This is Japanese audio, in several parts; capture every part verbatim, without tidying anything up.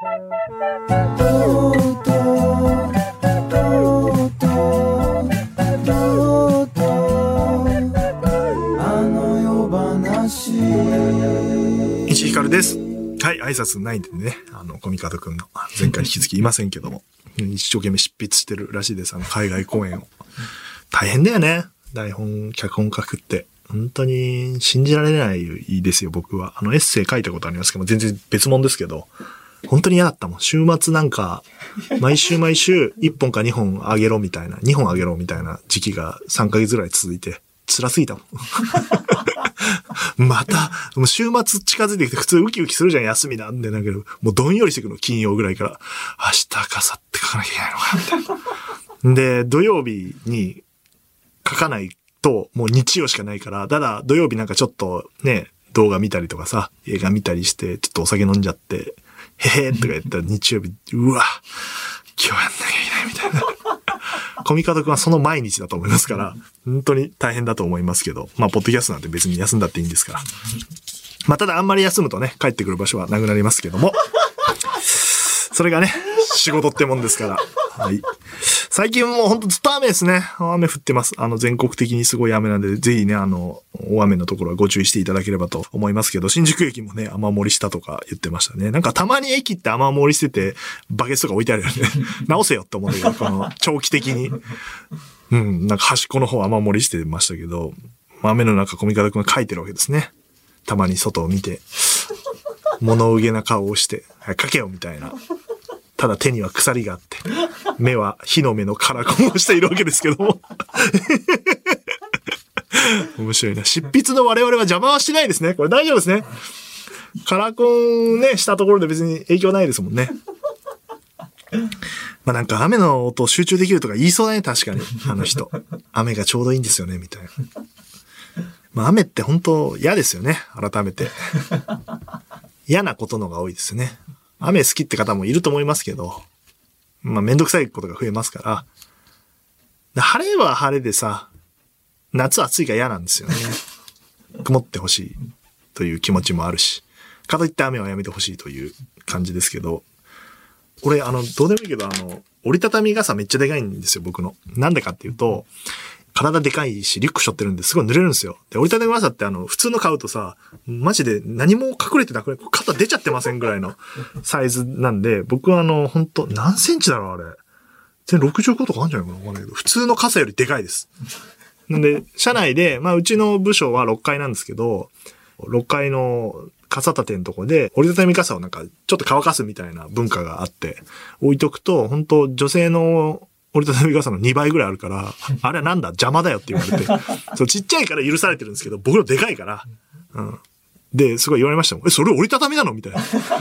石井ひかるです。はい、挨拶ないんでね、あの、コミカドくんの前回引き続きいませんけども、一生懸命執筆してるらしいです、あの、海外公演を。大変だよね。台本、脚本書くって。本当に信じられないですよ、僕は。あの、エッセイ書いたことありますけど、全然別物ですけど、本当に嫌だったもん。週末なんか、毎週毎週いっぽんかにほんあげろみたいな、にほんあげろみたいな時期がさんかげつぐらい続いて、辛すぎたもん。また、もう週末近づいてきて普通ウキウキするじゃん、休みなんで。だけど、もうどんよりしてくるの、金曜ぐらいから。明日かさって書かなきゃいけないのか、みたいな。で、土曜日に書かないと、もう日曜しかないから、ただ土曜日なんかちょっとね、動画見たりとかさ、映画見たりして、ちょっとお酒飲んじゃって、へへーとか言ったら日曜日、うわ、今日やんなきゃいけないみたいな。コミカドくんはその毎日だと思いますから、本当に大変だと思いますけど、まあ、ポッドキャストなんて別に休んだっていいんですから。まあ、ただあんまり休むとね、帰ってくる場所はなくなりますけども、それがね、仕事ってもんですから。はい。最近もうほんとずっと雨ですね。雨降ってます。あの、全国的にすごい雨なんで、ぜひね、あの、大雨のところはご注意していただければと思いますけど、新宿駅もね、雨漏りしたとか言ってましたね。なんかたまに駅って雨漏りしてて、バケツとか置いてあるよね。直せよって思うんだけど、この、長期的に。うん、なんか端っこの方雨漏りしてましたけど、雨の中コミカドくんが書いてるわけですね。たまに外を見て、物憂げな顔をして、はい、書けよみたいな。ただ手には鎖があって、目は火の目のカラコンをしているわけですけども。面白いな。執筆の我々は邪魔はしないですね。これ大丈夫ですね。カラコンね、したところで別に影響ないですもんね。まあなんか雨の音集中できるとか言いそうだね、確かに。あの人。雨がちょうどいいんですよね、みたいな。まあ雨って本当嫌ですよね、改めて。嫌なことのが多いですね。雨好きって方もいると思いますけど、まあめんどくさいことが増えますから、晴れは晴れでさ、夏暑いが嫌なんですよね。曇ってほしいという気持ちもあるし、かといって雨はやめてほしいという感じですけど、俺あの、どうでもいいけど、あの、折りたたみ傘めっちゃでかいんですよ、僕の。なんでかっていうと、体でかいし、リュック背負ってるんですごい濡れるんですよ。で、折りたたみ傘ってあの、普通の買うとさ、マジで何も隠れてなくね、肩出ちゃってませんぐらいのサイズなんで、僕はあの、ほんと、何センチだろうあれ。全然ろくじゅうごとかあるんじゃないかなわかんないけど、普通の傘よりでかいです。なんで、社内で、まあ、うちの部署はろっかいなんですけど、ろっかいの傘立てのとこで、折りたたみ傘をなんか、ちょっと乾かすみたいな文化があって、置いとくと、本当女性の折りたたみ傘のにばいぐらいあるから、あれはなんだ邪魔だよって言われて、そうちっちゃいから許されてるんですけど、僕のでかいから、うん。で、すごい言われましたもん。え、それ折りたたみなのみたいな。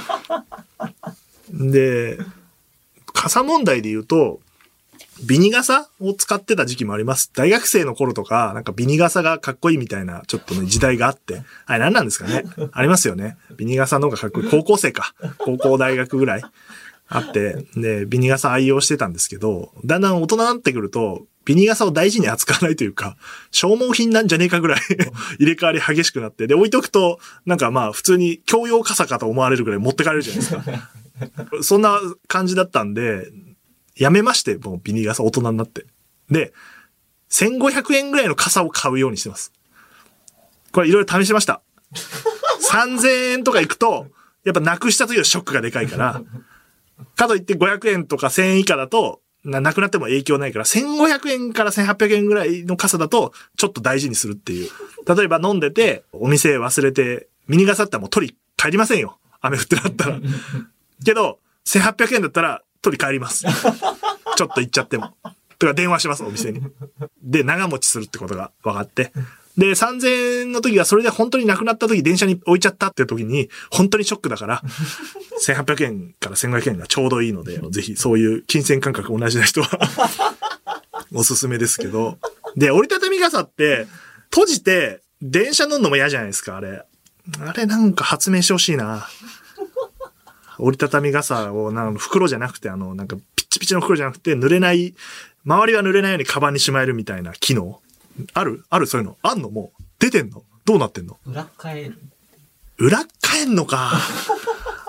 で、傘問題で言うと、ビニ傘を使ってた時期もあります。大学生の頃とか、なんかビニ傘がかっこいいみたいな、ちょっとね、時代があって。あれ何なんですかねありますよね。ビニ傘の方がかっこいい。高校生か。高校大学ぐらいあって、で、ビニ傘愛用してたんですけど、だんだん大人になってくると、ビニ傘を大事に扱わないというか、消耗品なんじゃねえかぐらい入れ替わり激しくなって、で、置いとくと、なんかまあ普通に共用傘かと思われるぐらい持ってかれるじゃないですか。そんな感じだったんで、やめまして、もうビニ傘大人になって。で、せんごひゃくえんぐらいの傘を買うようにしてます。これいろいろ試しました。さんぜんえんとか行くと、やっぱなくした時のショックがでかいから、かといってごひゃくえんとかせんえん以下だと、な、なくなっても影響ないから、せんごひゃくえんからせんはっぴゃくえんぐらいの傘だと、ちょっと大事にするっていう。例えば飲んでて、お店忘れて、ビニ傘ってもう取り帰りませんよ。雨降ってなったら。けど、せんはっぴゃくえんだったら、取り帰ります。ちょっと行っちゃっても。とか電話します、お店に。で、長持ちするってことが分かって。で、さんぜんえんの時はそれで本当になくなった時電車に置いちゃったって時に、本当にショックだから、せんはっぴゃくえんからせんごひゃくえんがちょうどいいので、ぜひそういう金銭感覚同じな人はおすすめですけど。で、折りたたみ傘って、閉じて電車乗るのも嫌じゃないですか、あれ。あれなんか発明してほしいな。折りたたみ傘をなんか袋じゃなくて、あの、なんかピッチピチの袋じゃなくて、濡れない、周りは濡れないようにカバンにしまえるみたいな機能。あるあるそういうの。あんのもう出てんのどうなってんの裏返る。 裏返んのか。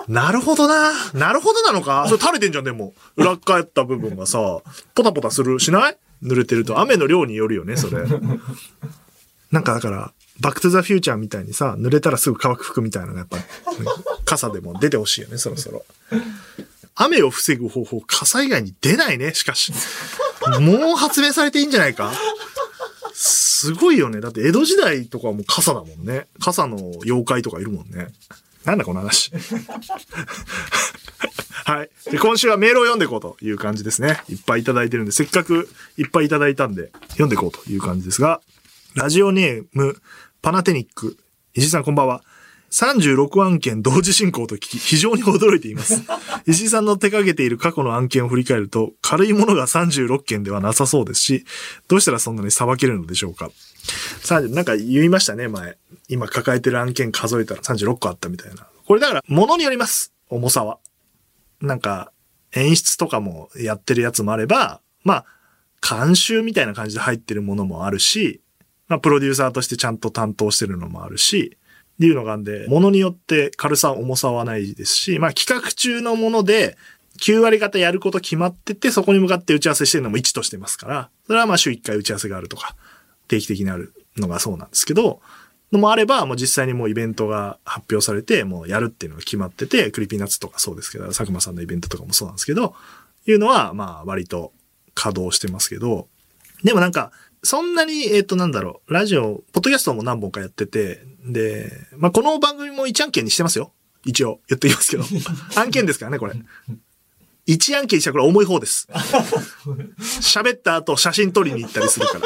なるほどな。なるほどなのかそれ垂れてんじゃん、でも。裏返った部分がさ、ポタポタする、しない？濡れてると。雨の量によるよね、それ。なんかだから、バックトゥザフューチャーみたいにさ、濡れたらすぐ乾く服みたいなのがやっぱ、傘でも出てほしいよね、そろそろ。雨を防ぐ方法、傘以外に出ないね、しかし。もう発明されていいんじゃないか？すごいよね。だって江戸時代とかはもう傘だもんね。傘の妖怪とかいるもんね。なんだこの話。はい。で、今週はメールを読んでいこうという感じですね。いっぱいいただいてるんで、せっかくいっぱいいただいたんで、読んでいこうという感じですが、ラジオネーム、パナテニック。石井さんこんばんは。さんじゅうろくあんけん同時進行と聞き、非常に驚いています。石井さんの手掛けている過去の案件を振り返ると、軽いものがさんじゅうろっけんではなさそうですし、どうしたらそんなに裁けるのでしょうか。さんじゅうなんか言いましたね、前。今抱えてる案件数えたらさんじゅうろっこあったみたいな。これだから、ものによります。重さは。なんか、演出とかもやってるやつもあれば、まあ、監修みたいな感じで入ってるものもあるし、まあ、プロデューサーとしてちゃんと担当してるのもあるし、っていうのがあるんで、ものによって軽さ、重さはないですし、まあ企画中のもので、きゅうわり方やること決まってて、そこに向かって打ち合わせしてるのもいちとしてますから、それはまあ週いっかい打ち合わせがあるとか、定期的にあるのがそうなんですけど、のもあれば、もう実際にもうイベントが発表されて、もうやるっていうのが決まってて、クリピーナッツとかそうですけど、佐久間さんのイベントとかもそうなんですけど、いうのはまあ割と稼働してますけど、でもなんか、そんなに、えっと、なんだろう、ラジオ、ポッドキャストも何本かやってて、で、まあ、この番組もいち案件にしてますよ。一応、言ってきますけど。案件ですからね、これ。いち案件にしたらこれ重い方です。喋った後写真撮りに行ったりするから。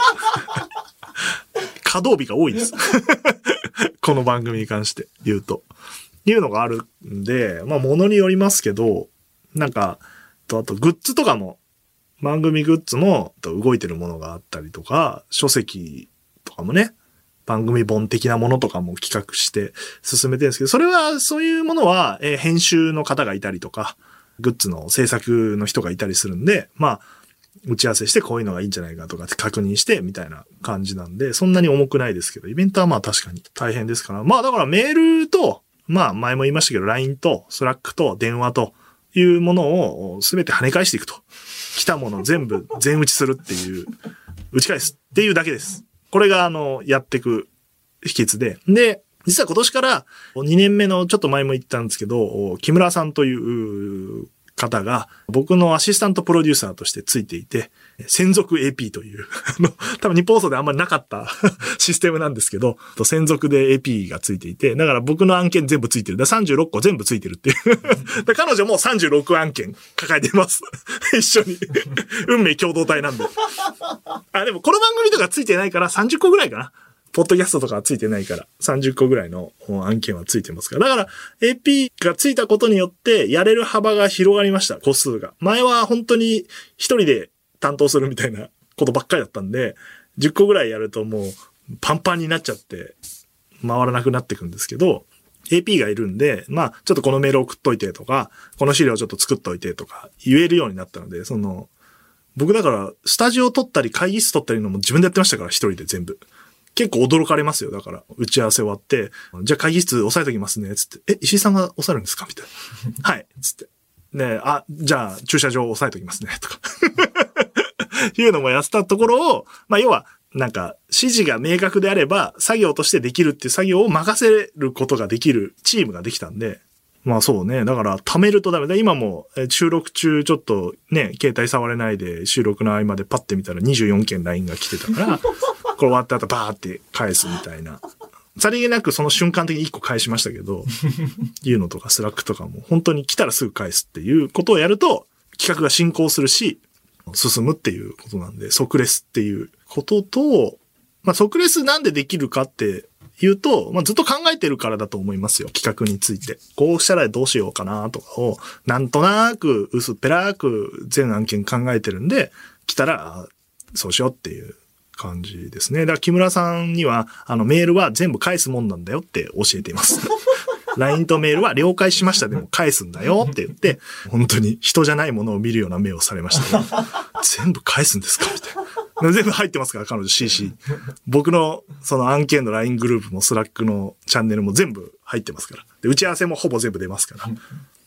稼働日が多いです。この番組に関して言うと。いうのがあるんで、まあ、ものによりますけど、なんか、と、あと、グッズとかも、番組グッズも動いてるものがあったりとか、書籍とかもね、番組本的なものとかも企画して進めてるんですけど、それは、そういうものは、えー、編集の方がいたりとか、グッズの制作の人がいたりするんで、まあ、打ち合わせしてこういうのがいいんじゃないかとか確認してみたいな感じなんで、そんなに重くないですけど、イベントはまあ確かに大変ですから、まあだからメールと、まあ前も言いましたけど、ライン と、スラック と、電話というものをすべて跳ね返していくと。来たもの全部全打ちするっていう、打ち返すっていうだけです。これがあの、やっていく秘訣で。で、実は今年からにねんめのちょっと前も言ったんですけど、木村さんという方が僕のアシスタントプロデューサーとしてついていて、専属 エーピー という、多分日本放送であんまりなかったシステムなんですけど、専属で エーピー がついていて、だから僕の案件全部ついてる。だからさんじゅうろっこ全部ついてるっていう。で彼女もさんじゅうろくあんけん抱えています。一緒に。運命共同体なんで。あ、でもこの番組とかついてないからさんじゅっこぐらいかな。ポッドキャストとかはついてないから、さんじゅっこぐらいの案件はついてますから。だから、エーピー がついたことによって、やれる幅が広がりました、個数が。前は本当に一人で担当するみたいなことばっかりだったんで、じゅっこぐらいやるともう、パンパンになっちゃって、回らなくなってくんですけど、エーピー がいるんで、まあ、ちょっとこのメール送っといてとか、この資料ちょっと作っといてとか、言えるようになったので、その、僕だから、スタジオ撮ったり会議室撮ったりのも自分でやってましたから、一人で全部。結構驚かれますよ。だから、打ち合わせ終わって、じゃあ会議室押さえときますね、つって。え、石井さんが押さえるんですかみたいな。はい、つって。ねあ、じゃあ駐車場押さえときますね、とか。いうのもやったところを、まあ、要は、なんか、指示が明確であれば、作業としてできるっていう作業を任せることができるチームができたんで、まあそうね。だから、貯めるとダメだ。今も、収録中ちょっとね、携帯触れないで、収録の合間でパッて見たらにじゅうよんけん ライン が来てたから、これ終わった後バーって返すみたいな。さりげなくその瞬間的にいっこ返しましたけど、いうのとかスラックとかも、本当に来たらすぐ返すっていうことをやると、企画が進行するし、進むっていうことなんで、即レスっていうことと、まあ即レスなんでできるかって、言うと、まあ、ずっと考えてるからだと思いますよ。企画について。こうしたらどうしようかなとかを、なんとなく薄っぺらく全案件考えてるんで、来たら、そうしようっていう感じですね。だから木村さんには、あのメールは全部返すもんなんだよって教えています。ライン とメールは了解しましたでも返すんだよって言って、本当に人じゃないものを見るような目をされましたけど、全部返すんですかみたいな。全部入ってますから、彼女 シーシー。僕のその案件の ライン グループもスラックのチャンネルも全部入ってますから。で、打ち合わせもほぼ全部出ますから。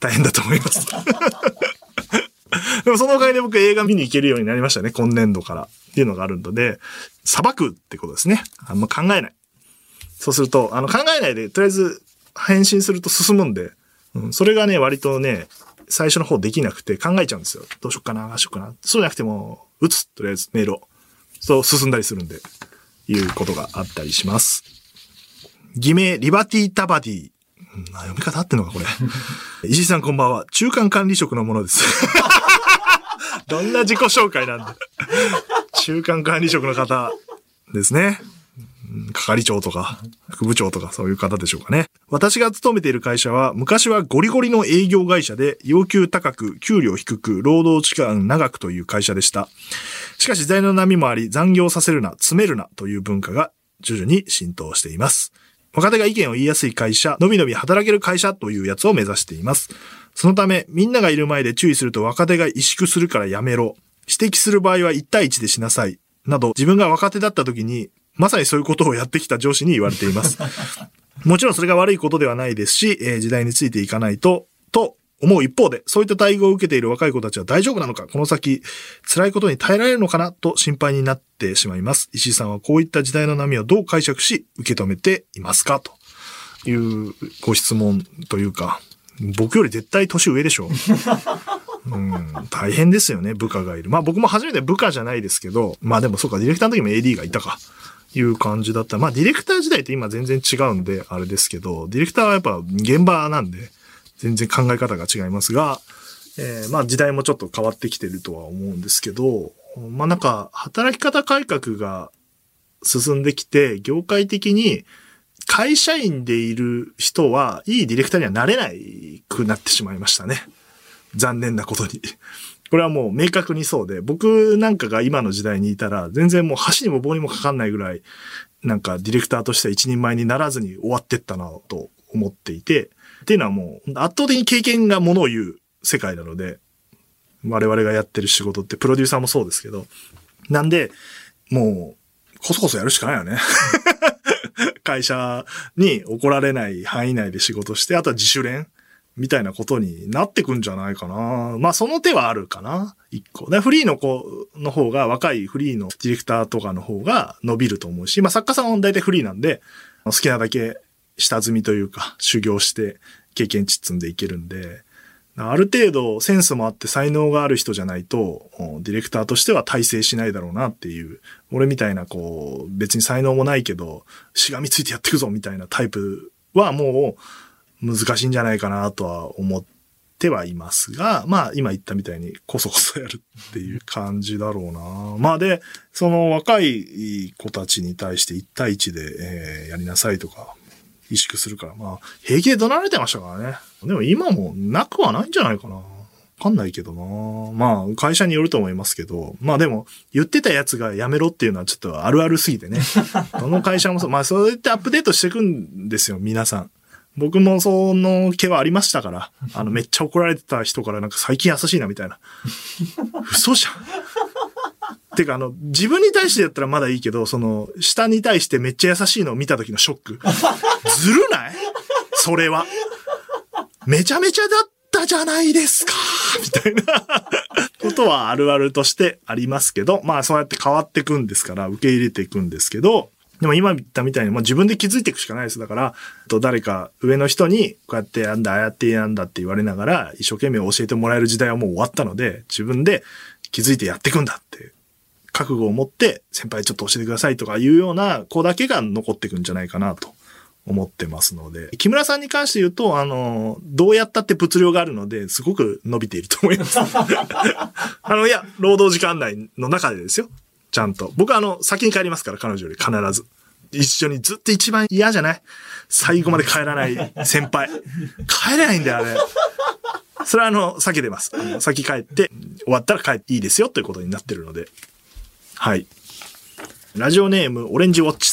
大変だと思います。でもそのおかげで僕映画見に行けるようになりましたね。今年度からっていうのがあるので、裁くってことですね。あんま考えない。そうすると、あの考えないで、とりあえず返信すると進むんで、うん、それがね、割とね、最初の方できなくて考えちゃうんですよ。どうしよっかな、ああしよっかな。そうじゃなくても、打つ。とりあえずメールを。そう進んだりするんで、いうことがあったりします。偽名、リバティタバディ。うん、読み方合ってんのか、これ。石井さんこんばんは。中間管理職のものです。どんな自己紹介なんだ。中間管理職の方ですね。係長とか、副部長とかそういう方でしょうかね。私が勤めている会社は、昔はゴリゴリの営業会社で、要求高く、給料低く、労働時間長くという会社でした。しかし時代の波もあり、残業させるな、詰めるなという文化が徐々に浸透しています。若手が意見を言いやすい会社、のびのび働ける会社というやつを目指しています。そのため、みんながいる前で注意すると若手が萎縮するからやめろ。指摘する場合はいち対いちでしなさい。など、自分が若手だった時に、まさにそういうことをやってきた上司に言われています。もちろんそれが悪いことではないですし、えー、時代についていかないと、と思う一方で、そういった待遇を受けている若い子たちは大丈夫なのか、この先、辛いことに耐えられるのかな、と心配になってしまいます。石井さんはこういった時代の波をどう解釈し、受け止めていますかというご質問というか、僕より絶対年上でしょ。うん、大変ですよね、部下がいる。まあ僕も初めて部下じゃないですけど、まあでもそうか、ディレクターの時も エーディー がいたか。いう感じだった。まあディレクター時代って今全然違うんで、あれですけど、ディレクターはやっぱ現場なんで、全然考え方が違いますが、えー、まあ時代もちょっと変わってきてるとは思うんですけど、まあなんか働き方改革が進んできて、業界的に会社員でいる人はいいディレクターにはなれないくなってしまいましたね。残念なことに。これはもう明確にそうで、僕なんかが今の時代にいたら、全然もう箸にも棒にもかかんないぐらい、なんかディレクターとしては一人前にならずに終わってったなと思っていて、っていうのはもう圧倒的に経験がものを言う世界なので、我々がやってる仕事ってプロデューサーもそうですけど、なんで、もう、こそこそやるしかないよね。会社に怒られない範囲内で仕事して、あとは自主練みたいなことになってくんじゃないかな。まあその手はあるかな。一個。でフリーの子の方が、若いフリーのディレクターとかの方が伸びると思うし、まあ作家さんは大体フリーなんで、好きなだけ下積みというか、修行して経験値積んでいけるんで、ある程度センスもあって才能がある人じゃないと、ディレクターとしては大成しないだろうなっていう、俺みたいなこう、別に才能もないけど、しがみついてやっていくぞみたいなタイプはもう、難しいんじゃないかなとは思ってはいますが、まあ今言ったみたいにこそこそやるっていう感じだろうな。まあで、その若い子たちに対していち対いちで、えー、やりなさいとか、萎縮するから、まあ平気で怒鳴られてましたからね。でも今もなくはないんじゃないかな。わかんないけどな。まあ会社によると思いますけど、まあでも言ってたやつがやめろっていうのはちょっとあるあるすぎてね。どの会社もそう。まあそうやってアップデートしていくんですよ、皆さん。僕もその気はありましたから、あのめっちゃ怒られてた人からなんか最近優しいなみたいな。嘘じゃん。てかあの自分に対してやったらまだいいけど、その下に対してめっちゃ優しいのを見た時のショック。ずるない？それは。めちゃめちゃだったじゃないですかみたいなことはあるあるとしてありますけど、まあそうやって変わっていくんですから、受け入れていくんですけど、でも今言ったみたいに、まあ、自分で気づいていくしかないです。だから、と誰か上の人にこうやってやんだ、ああやってやんだって言われながら、一生懸命教えてもらえる時代はもう終わったので、自分で気づいてやっていくんだって、覚悟を持って、先輩ちょっと教えてくださいとかいうような子だけが残っていくんじゃないかなと思ってますので、木村さんに関して言うと、あの、どうやったって物量があるので、すごく伸びていると思います。あの、いや、労働時間内の中でですよ。ちゃんと。僕はあの、先に帰りますから、彼女より必ず。一緒にずっと一番嫌じゃない？最後まで帰らない先輩。帰れないんだよ、あれ。それはあの、先出ます。あの先帰って、終わったら帰っていいですよということになってるので。はい。ラジオネーム、オレンジウォッチさん。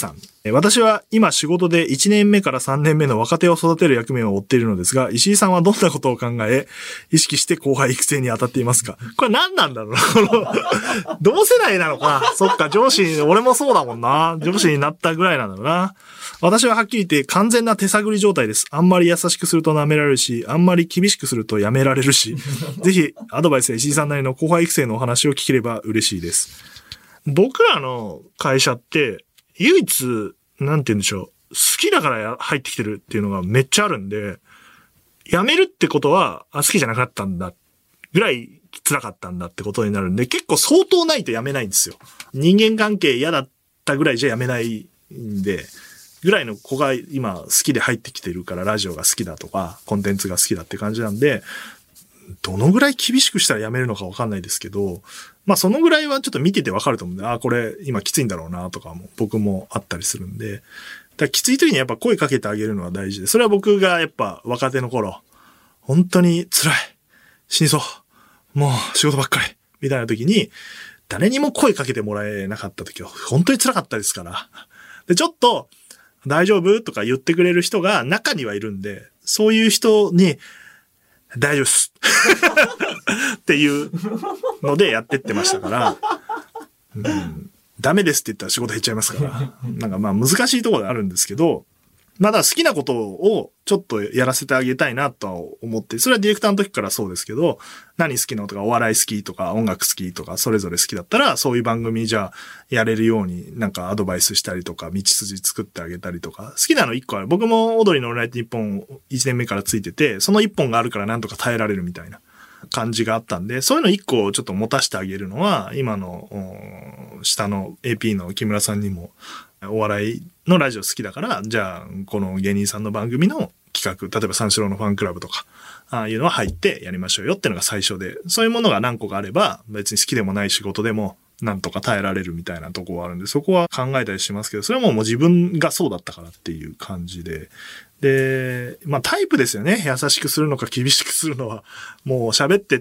私は今仕事でいちねんめからさんねんめの若手を育てる役目を負っているのですが、石井さんはどんなことを考え、意識して後輩育成に当たっていますか？これ何なんだろうなこの同世代なのかな。そっか、上司、俺もそうだもんな。上司になったぐらいなんだろうな。私ははっきり言って完全な手探り状態です。あんまり優しくすると舐められるし、あんまり厳しくするとやめられるし、ぜひアドバイスや石井さんなりの後輩育成のお話を聞ければ嬉しいです。僕らの会社って、唯一、なんて言うんでしょう、好きだから入ってきてるっていうのがめっちゃあるんで、辞めるってことは、あ、好きじゃなかったんだ、ぐらい辛かったんだってことになるんで、結構相当ないと辞めないんですよ。人間関係嫌だったぐらいじゃ辞めないんで、ぐらいの子が今好きで入ってきてるからラジオが好きだとか、コンテンツが好きだって感じなんで、どのぐらい厳しくしたら辞めるのかわかんないですけど、まあそのぐらいはちょっと見ててわかると思うんで、ああ、これ今きついんだろうなとかも僕もあったりするんで、だからきつい時にやっぱ声かけてあげるのは大事で、それは僕がやっぱ若手の頃、本当に辛い、死にそう、もう仕事ばっかり、みたいな時に、誰にも声かけてもらえなかった時は本当に辛かったですから。で、ちょっと大丈夫とか言ってくれる人が中にはいるんで、そういう人に、大丈夫っす。っていうのでやってってましたから、うん、ダメですって言ったら仕事減っちゃいますから、なんかまあ難しいところであるんですけど、まだ好きなことをちょっとやらせてあげたいなとは思って、それはディレクターの時からそうですけど、何好きなのとかお笑い好きとか音楽好きとかそれぞれ好きだったら、そういう番組じゃあやれるようになんかアドバイスしたりとか、道筋作ってあげたりとか、好きなの一個ある。僕もオードリーのオールナイトニッポンいちねんめからついてて、その一本があるからなんとか耐えられるみたいな感じがあったんで、そういうの一個ちょっと持たせてあげるのは、今の下の エーピー の木村さんにも、お笑いのラジオ好きだから、じゃあ、この芸人さんの番組の企画、例えば三四郎のファンクラブとか、ああいうのは入ってやりましょうよっていうのが最初で、そういうものが何個かあれば、別に好きでもない仕事でも、なんとか耐えられるみたいなとこはあるんで、そこは考えたりしますけど、それはもうもう自分がそうだったからっていう感じで、で、まあタイプですよね。優しくするのか厳しくするのは。もう喋ってって、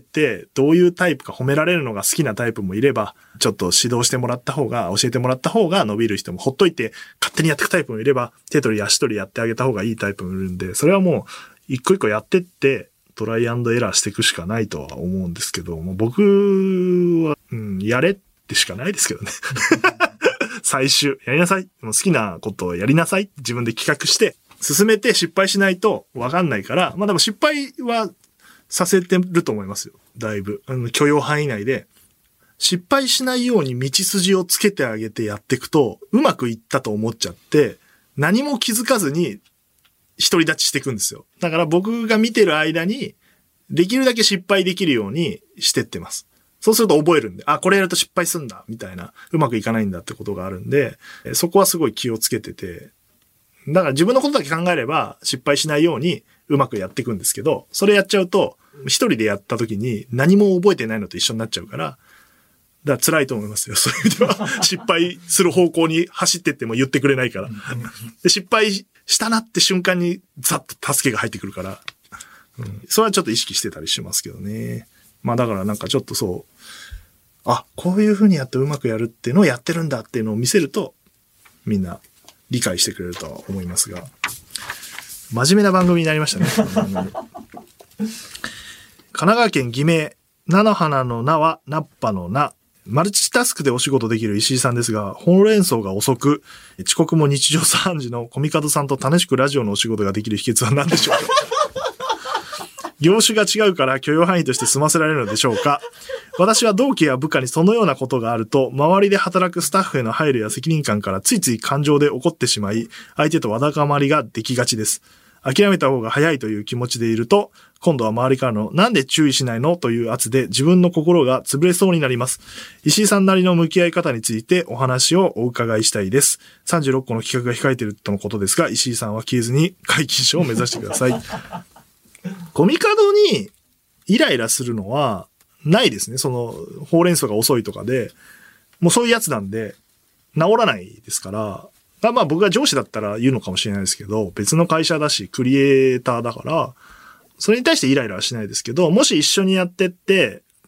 どういうタイプか褒められるのが好きなタイプもいれば、ちょっと指導してもらった方が、教えてもらった方が伸びる人も、ほっといて勝手にやっていくタイプもいれば、手取り足取りやってあげた方がいいタイプもいるんで、それはもう一個一個やってって、トライアンドエラーしていくしかないとは思うんですけど、もう僕は、うん、やれってしかないですけどね。最終、やりなさい。好きなことをやりなさい。自分で企画して、進めて失敗しないと分かんないから、まあでも失敗はさせてると思いますよ。だいぶ。あの許容範囲内で。失敗しないように道筋をつけてあげてやっていくと、うまくいったと思っちゃって、何も気づかずに独り立ちしていくんですよ。だから僕が見てる間に、できるだけ失敗できるようにしてってます。そうすると覚えるんで、あ、これやると失敗すんだ、みたいな、うまくいかないんだってことがあるんで、そこはすごい気をつけてて、だから自分のことだけ考えれば失敗しないようにうまくやっていくんですけど、それやっちゃうと一人でやった時に何も覚えてないのと一緒になっちゃうから、だから辛いと思いますよ。そういう意味では失敗する方向に走ってっても言ってくれないから。で、失敗したなって瞬間にザッと助けが入ってくるから、うん、それはちょっと意識してたりしますけどね。まあだからなんかちょっとそう、あ、こういう風にやってうまくやるっていうのをやってるんだっていうのを見せると、みんな理解してくれるとは思いますが、真面目な番組になりましたね。神奈川県偽名、菜の花の菜は菜っぱの菜。マルチタスクでお仕事できる石井さんですが、ほうれん草が遅く、遅刻も日常茶飯事のコミカドさんと楽しくラジオのお仕事ができる秘訣は何でしょうか？業種が違うから許容範囲として済ませられるのでしょうか？私は同期や部下にそのようなことがあると、周りで働くスタッフへの配慮や責任感からついつい感情で怒ってしまい、相手とわだかまりができがちです。諦めた方が早いという気持ちでいると、今度は周りからのなんで注意しないのという圧で自分の心が潰れそうになります。石井さんなりの向き合い方についてお話をお伺いしたいです。さんじゅうろっこの企画が控えているとのことですが、石井さんは消えずに皆勤賞を目指してください。コミカドにイライラするのはないですね。その、ほうれん草が遅いとかで、もうそういうやつなんで、治らないですから、まあ僕が上司だったら言うのかもしれないですけど、別の会社だし、クリエイターだから、それに対してイライラはしないですけど、もし一緒にやってって、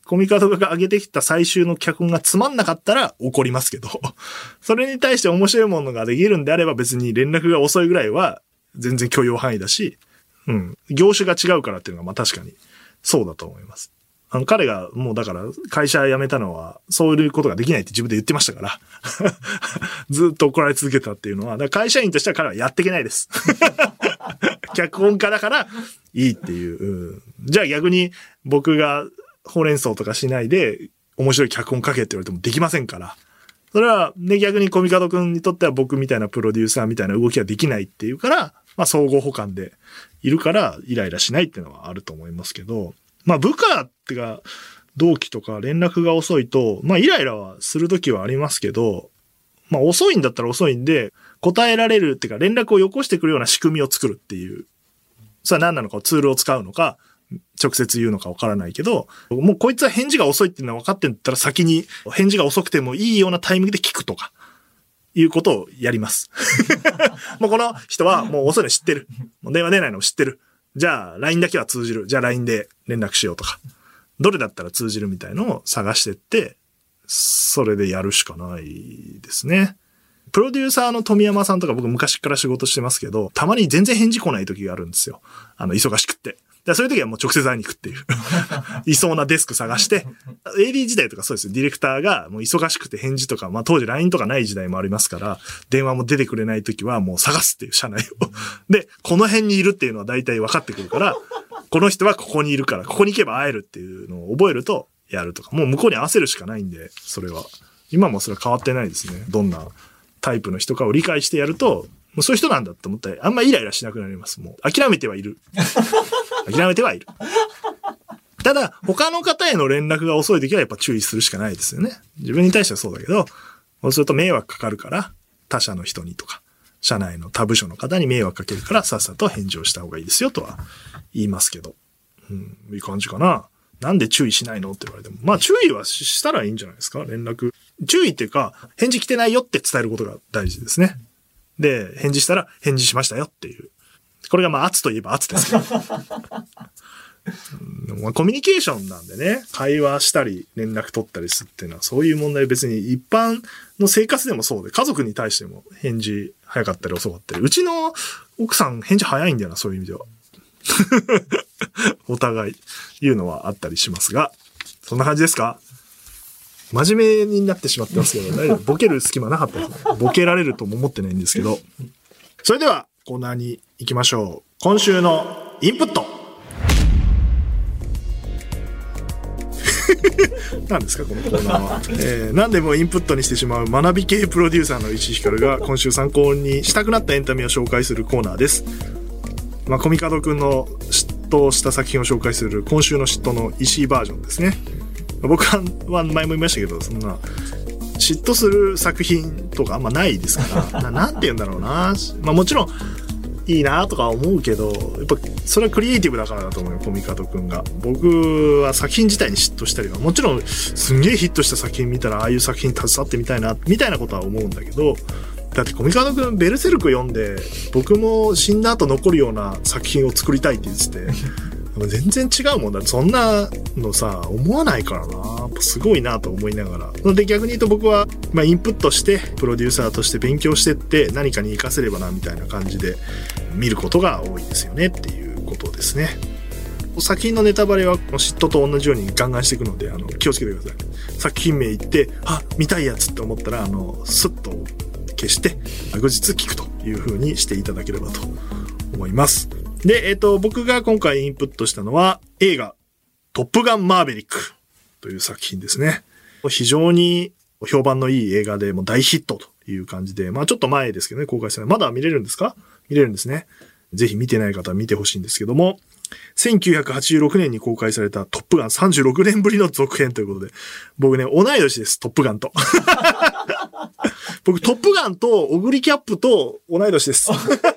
コミカドが上げてきた最終の脚本がつまんなかったら怒りますけど、それに対して面白いものができるんであれば別に連絡が遅いぐらいは全然許容範囲だし、うん。業種が違うからっていうのがまあ確かにそうだと思います。あの彼がもうだから会社辞めたのはそういうことができないって自分で言ってましたから、ずっと怒られ続けたっていうのは、だから会社員としては彼はやっていけないです。脚本家だからいいっていう、うん。じゃあ逆に僕がほうれん草とかしないで面白い脚本書けって言われてもできませんから。それはね、逆にコミカドくんにとっては僕みたいなプロデューサーみたいな動きはできないっていうから、まあ相互補完でいるからイライラしないっていうのはあると思いますけど、まあ部下ってか同期とか連絡が遅いと、まあイライラはするときはありますけど、まあ遅いんだったら遅いんで答えられるっていうか連絡をよこしてくるような仕組みを作るっていう。それは何なのかツールを使うのか、直接言うのかわからないけど、もうこいつは返事が遅いっていうのは分かってんだったら先に返事が遅くてもいいようなタイミングで聞くとか、いうことをやります。もうこの人はもう遅いの知ってる。もう電話出ないの知ってる。じゃあ ライン だけは通じる。じゃあ ライン で連絡しようとか。どれだったら通じるみたいのを探してって、それでやるしかないですね。プロデューサーの富山さんとか僕昔から仕事してますけど、たまに全然返事来ない時があるんですよ。あの、忙しくって。でそういう時はもう直接会いに行くっていう。いそうなデスク探して、エーディー 時代とかそうですよ。ディレクターがもう忙しくて返事とか、まあ当時 ライン とかない時代もありますから、電話も出てくれない時はもう探すっていう社内を。で、この辺にいるっていうのは大体分かってくるから、この人はここにいるから、ここに行けば会えるっていうのを覚えるとやるとか、もう向こうに合わせるしかないんで、それは。今もそれは変わってないですね。どんなタイプの人かを理解してやると、もうそういう人なんだって思ったら、あんまイライラしなくなります。もう諦めてはいる。諦めてはいる。ただ、他の方への連絡が遅い時はやっぱ注意するしかないですよね。自分に対してはそうだけど、そうすると迷惑かかるから、他社の人にとか、社内の他部署の方に迷惑かけるから、さっさと返事をした方がいいですよとは言いますけど。うん、いい感じかな。なんで注意しないのって言われても。まあ注意はしたらいいんじゃないですか、連絡。注意っていうか、返事来てないよって伝えることが大事ですね。で、返事したら返事しましたよっていう。これがまあ圧といえば圧ですけど。まあ、コミュニケーションなんでね、会話したり連絡取ったりするっていうのはそういう問題別に一般の生活でもそうで、家族に対しても返事早かったり遅かったり。うちの奥さん返事早いんだよな、そういう意味では。お互い言うのはあったりしますが、そんな感じですか？真面目になってしまってますけど、大丈夫。ボケる隙間なかったですね。ボケられるとも思ってないんですけど。それではコーナーに行きましょう。今週のインプット。何ですかこのコーナーは、えー、何でもインプットにしてしまう学び系プロデューサーの石井ひかるが今週参考にしたくなったエンタメを紹介するコーナーです。まあ、コミカドくんの嫉妬した作品を紹介する今週の嫉妬の石井バージョンですね。僕は前も言いましたけど、そんな嫉妬する作品とかあんまないですからな、なんて言うんだろうな。まあもちろんいいなとか思うけど、やっぱそれはクリエイティブだからだと思うよ、コミカドくんが。僕は作品自体に嫉妬したりは、もちろんすんげえヒットした作品見たらああいう作品に携わってみたいなみたいなことは思うんだけど、だってコミカドくんベルセルク読んで僕も死んだ後残るような作品を作りたいって言ってて全然違うもんだって、そんなのさ思わないからな。やっぱすごいなと思いながら、で逆に言うと僕は、まあ、インプットしてプロデューサーとして勉強してって何かに活かせればなみたいな感じで見ることが多いですよねっていうことですね。作品のネタバレは嫉妬と同じようにガンガンしていくので、あの気をつけてください。作品名言ってあ見たいやつって思ったらあのスッと消して後日聞くという風にしていただければと思います。で、えっと、僕が今回インプットしたのは映画トップガンマーヴェリックという作品ですね。非常に評判のいい映画でもう大ヒットという感じで、まあちょっと前ですけどね、公開されまだ見れるんですか？見れるんですね。ぜひ見てない方は見てほしいんですけども、せんきゅうひゃくはちじゅうろくねんに公開されたトップガンさんじゅうろくねんぶりの続編ということで、僕ね、同い年です、トップガンと。僕、トップガンとオグリキャップと同い年です。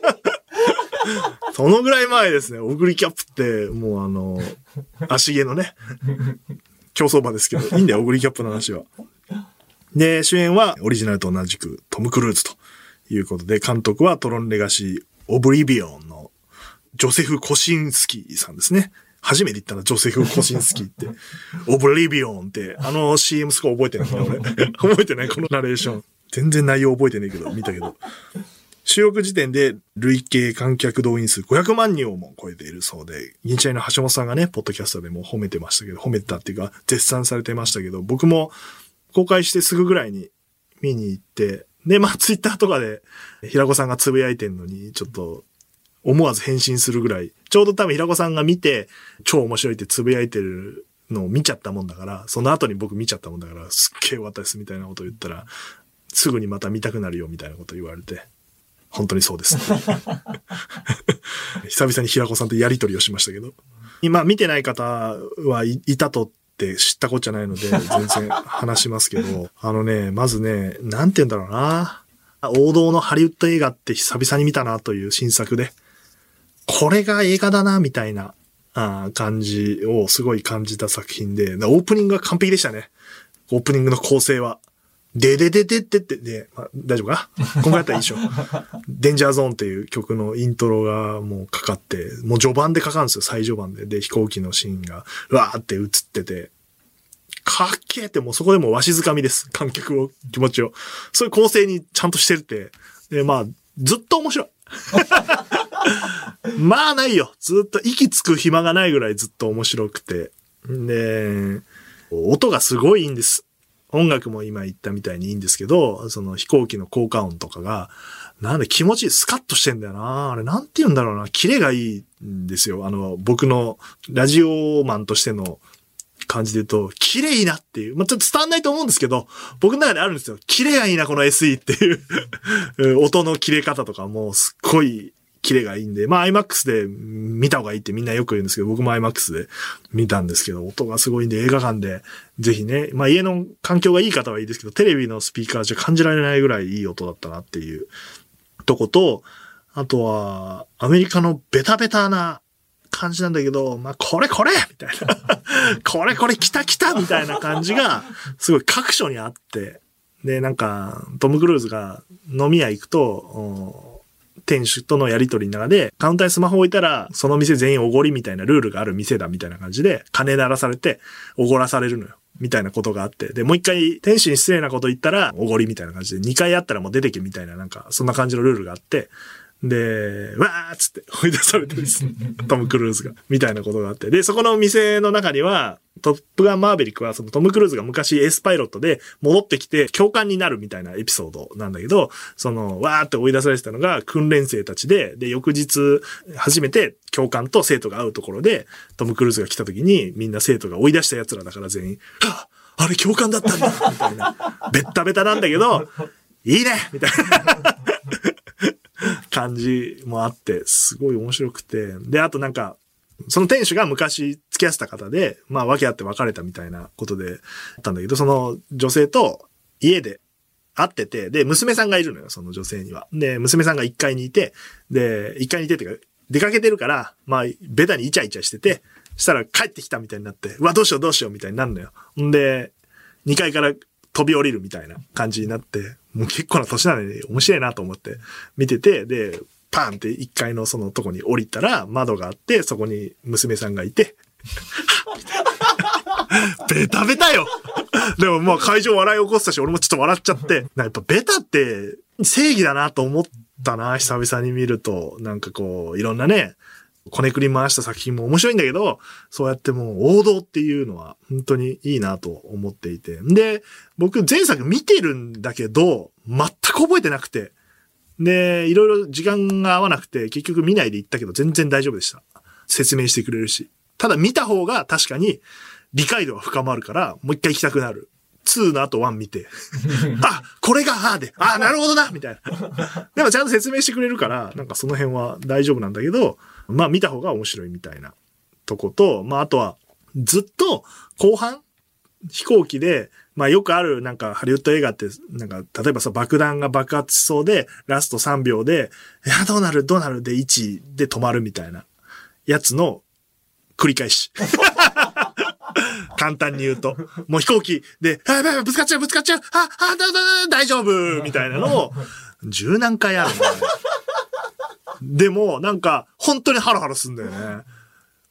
そのぐらい前ですね。オグリキャップって、もうあの、足毛のね、競走馬ですけど、いいんだよ、オグリキャップの話は。で、主演はオリジナルと同じくトム・クルーズということで、監督はトロン・レガシー・オブリビオンのジョセフ・コシンスキーさんですね。 初めて言ったな、ジョセフ・コシンスキーって。オブリビオンって、あの シーエム すごい覚えてない俺。覚えてないこのナレーション。全然内容覚えてないけど、見たけど。収録時点で累計観客動員数ごひゃくまんにんをも超えているそうで、銀チャリの橋本さんがね、ポッドキャストでも褒めてましたけど、褒めたっていうか、絶賛されてましたけど、僕も公開してすぐぐらいに見に行って、で、まあ、ツイッターとかで、平子さんがつぶやいてんのに、ちょっと、思わず返信するぐらい、ちょうど多分平子さんが見て、超面白いってつぶやいてるのを見ちゃったもんだから、その後に僕見ちゃったもんだから、すっげえ良かったですみたいなことを言ったら、すぐにまた見たくなるよみたいなこと言われて、本当にそうです。久々に平子さんとやりとりをしましたけど、今見てない方はいたとって知ったこっちゃないので、全然話しますけど、あのね、まずね、なんて言うんだろうな。王道のハリウッド映画って久々に見たなという新作で、これが映画だなみたいなあ感じをすごい感じた作品で、オープニングが完璧でしたね。オープニングの構成は。ででででででで、まあ、大丈夫かなこんぐらいだったらいいでしょ。デンジャーゾーンっていう曲のイントロがもうかかって、もう序盤でかかるんですよ、最序盤で。で、飛行機のシーンがわーって映ってて、かっけーってもうそこでもうわしづかみです。観客を、気持ちを。そういう構成にちゃんとしてるって。で、まあ、ずっと面白い。まあないよ。ずっと息つく暇がないぐらいずっと面白くて。で、音がすごいいいんです。音楽も今言ったみたいにいいんですけど、その飛行機の効果音とかが、なんで気持ちいい、スカッとしてんだよな。あれなんて言うんだろうな。キレがいいんですよ。あの、僕のラジオマンとしての感じで言うと、綺麗いなっていう。まあ、ちょっと伝わんないと思うんですけど、僕の中であるんですよ。綺麗がいいな、この エスイー っていう音の切れ方とかもすっごいキレがいいんで、まあ IMAX で見た方がいいってみんなよく言うんですけど、僕も IMAX で見たんですけど、音がすごいんで映画館でぜひね、まあ家の環境がいい方はいいですけど、テレビのスピーカーじゃ感じられないぐらいいい音だったなっていうとこと、あとはアメリカのベタベタな感じなんだけど、まあこれこれみたいな。これこれ来た来たみたいな感じがすごい各所にあって、で、なんかトム・クルーズが飲み屋行くと、店主とのやりとりの中で、カウンターにスマホ置いたら、その店全員おごりみたいなルールがある店だみたいな感じで、金鳴らされて、おごらされるのよ。みたいなことがあって。で、もう一回、店主に失礼なこと言ったら、おごりみたいな感じで、二回やったらもう出てけみたいな、なんか、そんな感じのルールがあって、で、わーっつって追い出されてるんです。トム・クルーズが。みたいなことがあって。で、そこの店の中には、トップガンマーベリックはそのトム・クルーズが昔エースパイロットで戻ってきて教官になるみたいなエピソードなんだけど、その、わーって追い出されてたのが訓練生たちで、で、翌日初めて教官と生徒が会うところで、トム・クルーズが来た時にみんな生徒が追い出した奴らだから全員、はぁあれ教官だったんだみたいな。ベッタベタなんだけど、いいねみたいな。感じもあって、すごい面白くて。で、あとなんか、その店主が昔付き合ってた方で、まあ訳あって別れたみたいなことであったんだけど、その女性と家で会ってて、で、娘さんがいるのよ、その女性には。で、娘さんがいっかいにいて、で、いっかいにいてっていうか、出かけてるから、まあ、ベタにイチャイチャしてて、したら帰ってきたみたいになって、うわ、どうしようどうしようみたいになるのよ。んで、にかいから飛び降りるみたいな感じになって、もう結構な年なのに面白いなと思って見てて、で、パーンっていっかいのそのとこに降りたら窓があって、そこに娘さんがいて、ベタベタよでもまあ会場笑い起こしたし、俺もちょっと笑っちゃって、やっぱベタって正義だなと思ったな、久々に見ると。なんかこう、いろんなね、こねくり回した作品も面白いんだけど、そうやってもう王道っていうのは本当にいいなと思っていて。で、僕前作見てるんだけど、全く覚えてなくて。で、いろいろ時間が合わなくて、結局見ないで行ったけど全然大丈夫でした。説明してくれるし。ただ見た方が確かに理解度が深まるから、もう一回行きたくなる。にの後いち見て。あ、これがあーで、あ、なるほどなみたいな。でもちゃんと説明してくれるから、なんかその辺は大丈夫なんだけど、まあ見た方が面白いみたいなとこと、まああとはずっと後半飛行機で、まあよくあるなんかハリウッド映画って、なんか例えばさ爆弾が爆発しそうで、ラストさんびょうで、いやどうなるどうなるでいちで止まるみたいなやつの繰り返し。簡単に言うと。もう飛行機で、あ、やばいやばいぶつかっちゃうぶつかっちゃうあ、あ、だ、だ、大丈夫みたいなのを十何回あるんだよね。でも、なんか、本当にハラハラすんだよね。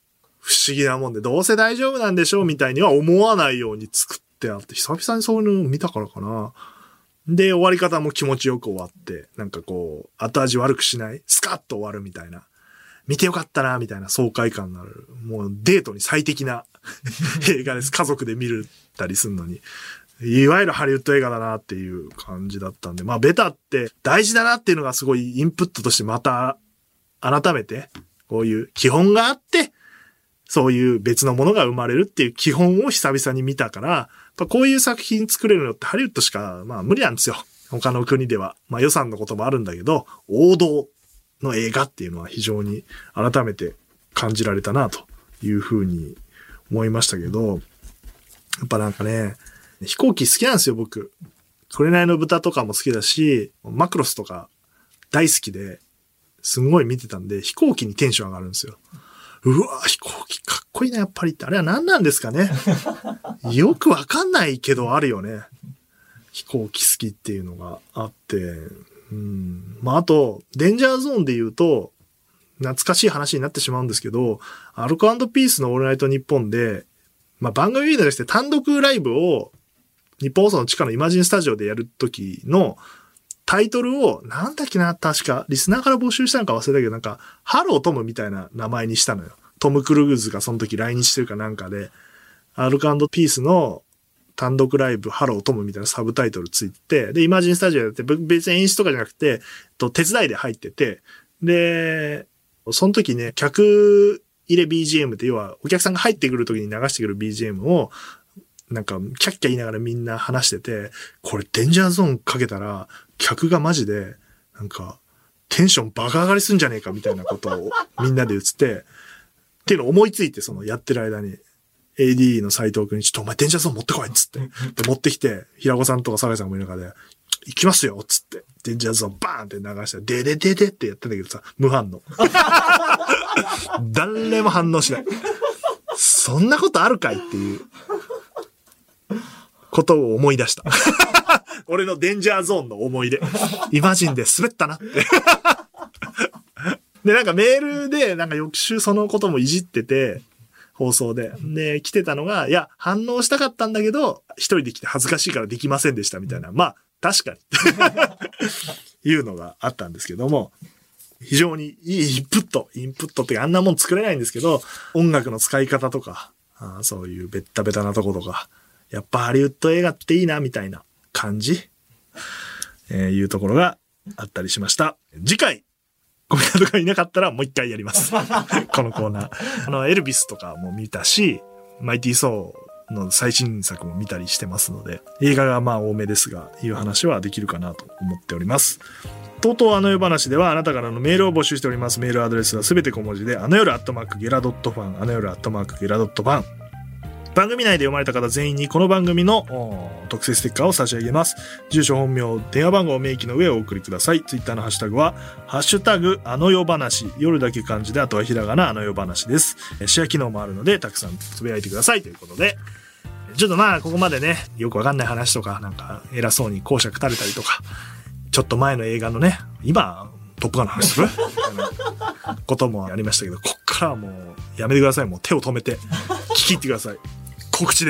不思議なもんで、どうせ大丈夫なんでしょうみたいには思わないように作ってあって、久々にそういうのを見たからかな。で、終わり方も気持ちよく終わって、なんかこう、後味悪くしない、スカッと終わるみたいな。見てよかったな、みたいな爽快感のある。もうデートに最適な映画です。家族で見るたりするのに。いわゆるハリウッド映画だなっていう感じだったんで、まあベタって大事だなっていうのがすごいインプットとしてまた改めて、こういう基本があって、そういう別のものが生まれるっていう基本を久々に見たから、やっぱこういう作品作れるのってハリウッドしかまあ無理なんですよ。他の国では。まあ予算のこともあるんだけど、王道の映画っていうのは非常に改めて感じられたなというふうに思いましたけど、やっぱなんかね、飛行機好きなんですよ、僕。紅の豚とかも好きだし、マクロスとか大好きで、すんごい見てたんで、飛行機にテンション上がるんですよ。うわぁ、飛行機かっこいいな、やっぱりって。あれは何なんですかね。よくわかんないけどあるよね。飛行機好きっていうのがあって。うん、まあ、あと、デンジャーゾーンで言うと、懐かしい話になってしまうんですけど、アルコ&ピースのオールナイトニッポンで、まあ、番組ビデオとして単独ライブを日本放送の地下のイマジンスタジオでやるときのタイトルを、なんだっけな、確か、リスナーから募集したのか忘れたけど、なんか、ハロートムみたいな名前にしたのよ。トム・クルーズがその時来日してるかなんかで、アルコ&ピースの単独ライブ、ハロートムみたいなサブタイトルついてて、で、イマジンスタジオやって、別に演出とかじゃなくて、と手伝いで入ってて、で、その時ね、客入れ ビージーエム って、要はお客さんが入ってくる時に流してくる ビージーエム を、なんか、キャッキャ言いながらみんな話してて、これデンジャーゾーンかけたら、客がマジで、なんか、テンションバカ上がりすんじゃねえかみたいなことをみんなで言ってて、っていうのを思いついて、そのやってる間に、エーディー の斉藤くんにちょっとお前デンジャーゾーン持ってこいっつって。で、持ってきて、平子さんとか酒井さんもいる中で、行きますよっつって。デンジャーゾーンバーンって流して、デデデデってやってんだけどさ、無反応。誰も反応しない。そんなことあるかいっていうことを思い出した。俺のデンジャーゾーンの思い出。イマジンで滑ったなって。で、なんかメールで、なんか翌週そのこともいじってて、放送で。で、来てたのが、いや、反応したかったんだけど、一人で来て恥ずかしいからできませんでしたみたいな。まあ、確かに。いうのがあったんですけども、非常にいいインプット、インプットってあんなもん作れないんですけど、音楽の使い方とか、あそういうベッタベタなとことか、やっぱハリウッド映画っていいな、みたいな感じ、えー、いうところがあったりしました。次回、コメントがいなかったらもう一回やります。このコーナー。あの、エルビスとかも見たし、マイティーソーの最新作も見たりしてますので、映画がまあ多めですが、いう話はできるかなと思っております。とうとうあの夜話ではあなたからのメールを募集しております。メールアドレスはすべて小文字で、あの夜アットマークゲラドットファン、あの夜アットマークゲラドットファン。番組内で読まれた方全員にこの番組の特製ステッカーを差し上げます。住所、本名、電話番号を明記の上お送りください。ツイッターのハッシュタグは、ハッシュタグ、あの夜話。夜だけ漢字で、あとはひらがな、あの夜話です。シェア機能もあるので、たくさんつぶやいてくださいということで、ちょっとまあ、ここまでね、よくわかんない話とか、なんか、偉そうに講釈垂れたりとか、ちょっと前の映画のね、今、トップガンの話することもありましたけど、こっからはもう、やめてください。もう手を止めて、聞き入ってください。告知です。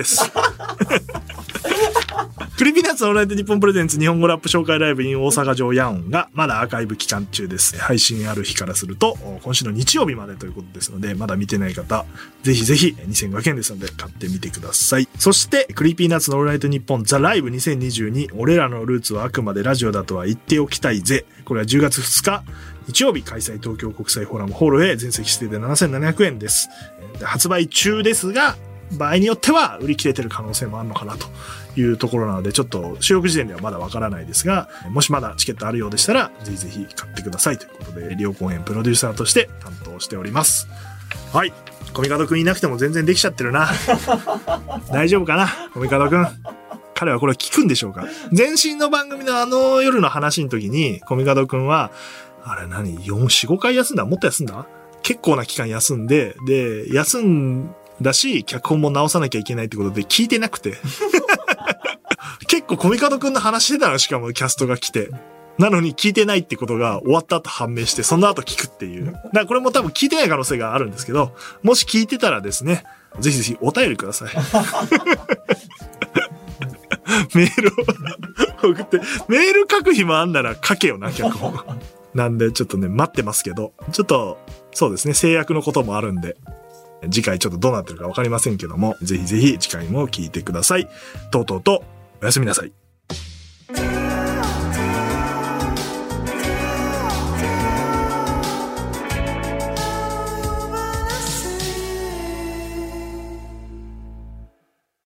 クリーピーナッツオールナイトニッポンプレゼンツ日本語ラップ紹介ライブ in 大阪城ヤオンがまだアーカイブ期間中です。配信ある日からすると今週の日曜日までということですので、まだ見てない方ぜひぜひにせんごひゃくえんですので買ってみてください。そしてクリーピーナッツのオールナイトニッポンザライブにせんにじゅうに、俺らのルーツはあくまでラジオだとは言っておきたいぜ。これはじゅうがつふつか日曜日開催、東京国際フォーラムホールへ全席指定でななせんななひゃくえんです。発売中ですが、場合によっては売り切れてる可能性もあるのかなというところなので、ちょっと収録時点ではまだわからないですが、もしまだチケットあるようでしたらぜひぜひ買ってくださいということで、両公演プロデューサーとして担当しております。はい、コミカドくんいなくても全然できちゃってるな。大丈夫かな、コミカドくん。彼はこれ聞くんでしょうか。前身の番組のあの夜の話の時にコミカドくんはあれ何よん、よん、ごかい休んだ、もっと休んだ、結構な期間休んで、で休んだし、脚本も直さなきゃいけないってことで聞いてなくて。結構コミカドくんの話してたの、しかもキャストが来て。 なのに聞いてないってことが終わった後判明して、その後聞くっていう。だからこれも多分聞いてない可能性があるんですけど、もし聞いてたらですね、ぜひぜひお便りください。メールを送って、メール書く暇あんなら書けよな、脚本。なんでちょっとね、待ってますけど、ちょっと、そうですね、制約のこともあるんで、次回ちょっとどうなってるかわかりませんけども、ぜひぜひ次回も聞いてください。とうとうと、おやすみなさい。